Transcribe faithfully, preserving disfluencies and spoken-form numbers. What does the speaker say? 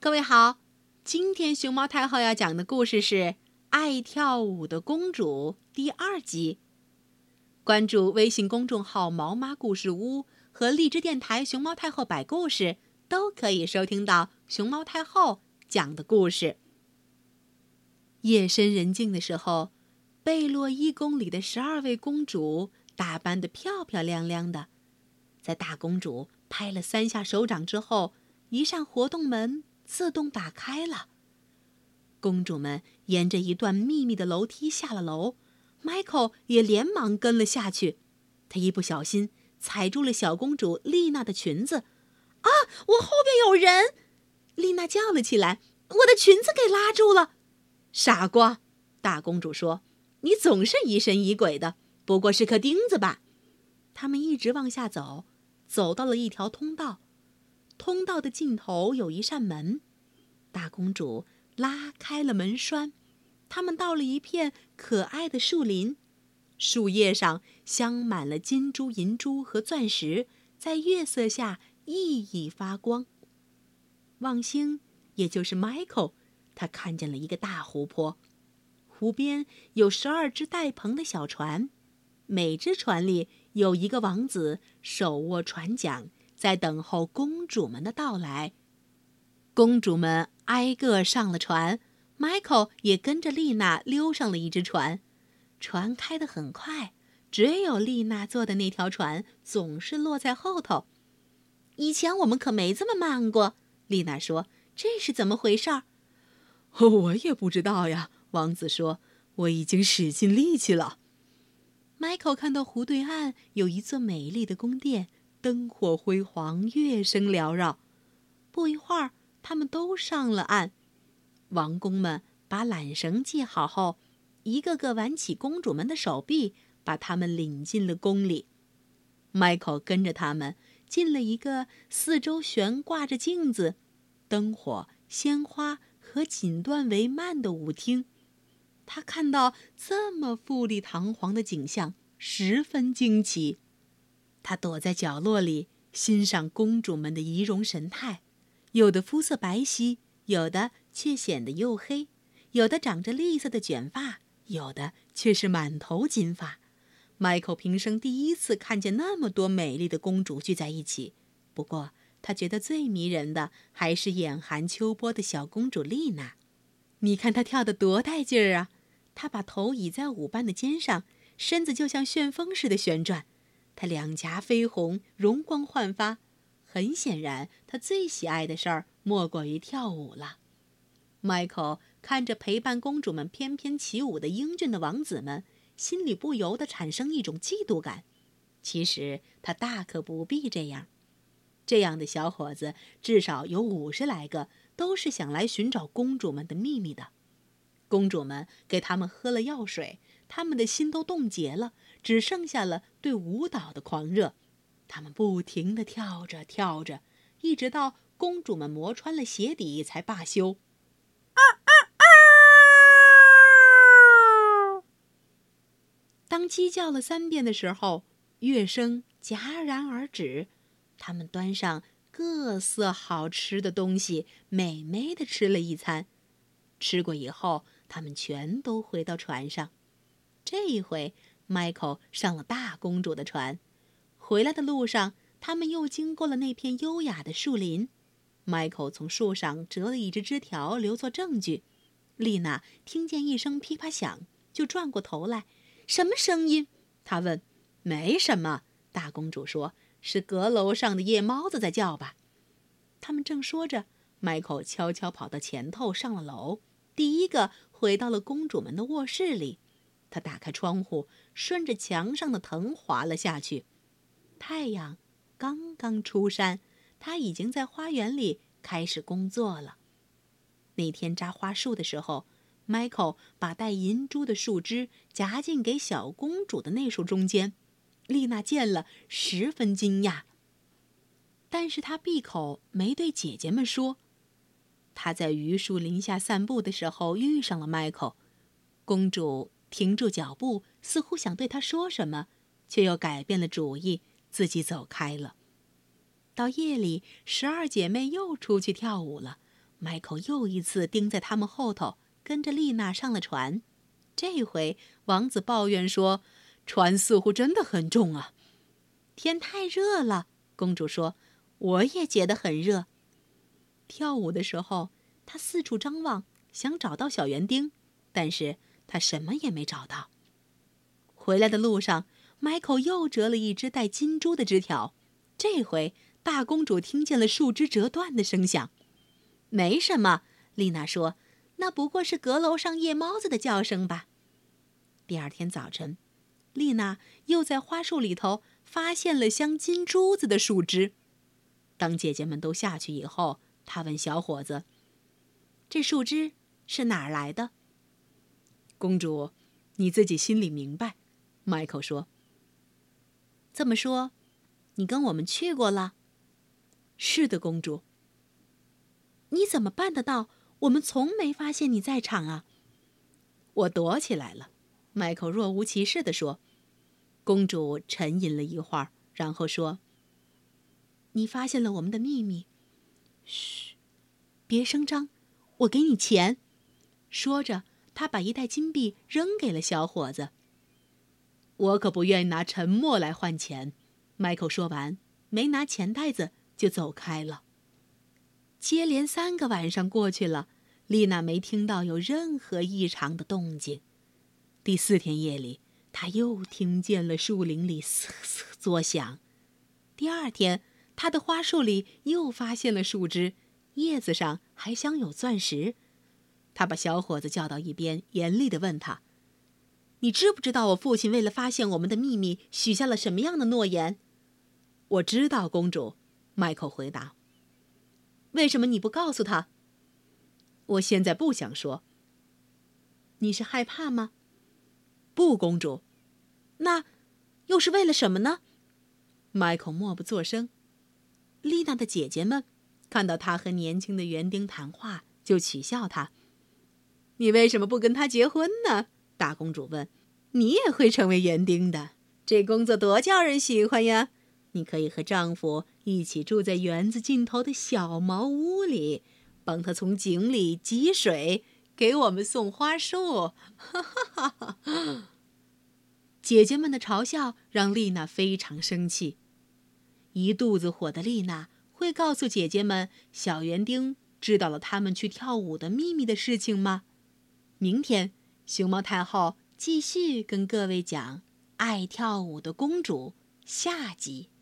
各位好，今天熊猫太后要讲的故事是《爱跳舞的公主》第二集。关注微信公众号毛妈故事屋和荔枝电台熊猫太后摆故事，都可以收听到熊猫太后讲的故事。夜深人静的时候，贝洛伊宫里的十二位公主打扮得漂漂亮亮的。在大公主拍了三下手掌之后，一扇活动门自动打开了。公主们沿着一段秘密的楼梯下了楼， Michael 也连忙跟了下去。他一不小心踩住了小公主丽娜的裙子。啊，我后边有人！丽娜叫了起来，我的裙子给拉住了。傻瓜，大公主说，你总是疑神疑鬼的，不过是颗钉子吧。他们一直往下走，走到了一条通道。通道的尽头有一扇门，大公主拉开了门栓，他们到了一片可爱的树林，树叶上镶满了金珠、银珠和钻石，在月色下熠熠发光。望星，也就是 Michael， 他看见了一个大湖泊，湖边有十二只带篷的小船，每只船里有一个王子手握船桨，在等候公主们的到来。公主们挨个上了船， Michael 也跟着丽娜溜上了一只船。船开得很快，只有丽娜坐的那条船总是落在后头。以前我们可没这么慢过，丽娜说，这是怎么回事儿？我也不知道呀，王子说，我已经使尽力气了。Michael 看到湖对岸有一座美丽的宫殿，灯火辉煌，乐声缭绕。不一会儿，他们都上了岸。王公们把缆绳系好后，一个个挽起公主们的手臂，把她们领进了宫里。Michael 跟着他们进了一个四周悬挂着镜子、灯火、鲜花和锦缎帷幔的舞厅。他看到这么富丽堂皇的景象，十分惊奇。他躲在角落里欣赏公主们的仪容神态，有的肤色白皙，有的却显得黝黑，有的长着栗色的卷发，有的却是满头金发。Michael 平生第一次看见那么多美丽的公主聚在一起，不过他觉得最迷人的还是眼含秋波的小公主丽娜。你看她跳得多带劲儿啊！她把头倚在舞伴的肩上，身子就像旋风似的旋转。她两颊绯红，容光焕发。很显然，她最喜爱的事儿莫过于跳舞了。Michael 看着陪伴公主们翩翩起舞的英俊的王子们，心里不由得产生一种嫉妒感。其实他大可不必这样。这样的小伙子至少有五十来个，都是想来寻找公主们的秘密的。公主们给他们喝了药水，他们的心都冻结了，只剩下了对舞蹈的狂热。他们不停地跳着跳着，一直到公主们磨穿了鞋底才罢休。啊啊啊！当鸡叫了三遍的时候，乐声戛然而止。他们端上各色好吃的东西，美美地吃了一餐。吃过以后，他们全都回到船上。这一回 Michael 上了大公主的船。回来的路上，他们又经过了那片优雅的树林。Michael 从树上折了一只枝条留作证据。丽娜听见一声噼啪响，就转过头来。什么声音？她问。没什么，大公主说，是阁楼上的夜猫子在叫吧。他们正说着， Michael 悄悄跑到前头上了楼，第一个回到了公主们的卧室里。他打开窗户，顺着墙上的藤滑了下去。太阳刚刚出山，他已经在花园里开始工作了。那天扎花树的时候， Michael 把带银珠的树枝夹进给小公主的那束中间。丽娜见了十分惊讶，但是她闭口没对姐姐们说。她在榆树林下散步的时候遇上了 Michael。 公主停住脚步，似乎想对他说什么，却又改变了主意，自己走开了。到夜里，十二姐妹又出去跳舞了。 迈克又一次盯在他们后头，跟着丽娜上了船。这回王子抱怨说，船似乎真的很重啊。天太热了，公主说，我也觉得很热。跳舞的时候，她四处张望，想找到小园丁，但是她什么也没找到。回来的路上，迈克又折了一只带金珠的枝条。这回大公主听见了树枝折断的声响。没什么，丽娜说，那不过是阁楼上夜猫子的叫声吧。第二天早晨，丽娜又在花树里头发现了镶金珠子的树枝。当姐姐们都下去以后，她问小伙子，这树枝是哪儿来的？公主，你自己心里明白，迈克说。这么说，你跟我们去过了？是的，公主。你怎么办得到？我们从没发现你在场啊。我躲起来了，迈克若无其事地说。公主沉吟了一会儿，然后说，你发现了我们的秘密。嘘，别声张，我给你钱。说着，她把一袋金币扔给了小伙子。我可不愿意拿沉默来换钱，迈克说完，没拿钱袋子就走开了。接连三个晚上过去了，丽娜没听到有任何异常的动静。第四天夜里，她又听见了树林里嘶嘶作响。第二天，她的花树里又发现了树枝，叶子上还镶有钻石。她把小伙子叫到一边，严厉地问他，你知不知道我父亲为了发现我们的秘密许下了什么样的诺言？我知道，公主，迈克回答。为什么你不告诉他？我现在不想说。你是害怕吗？不，公主。那又是为了什么呢？迈克默不作声。丽娜的姐姐们看到她和年轻的园丁谈话，就取笑她。你为什么不跟他结婚呢？大公主问。你也会成为园丁的，这工作多叫人喜欢呀！你可以和丈夫一起住在园子尽头的小茅屋里，帮他从井里汲水，给我们送花束。哈哈哈哈！姐姐们的嘲笑让丽娜非常生气。一肚子火的丽娜会告诉姐姐们小园丁知道了他们去跳舞的秘密的事情吗？明天，熊猫太后继续跟各位讲《爱跳舞的公主》下集。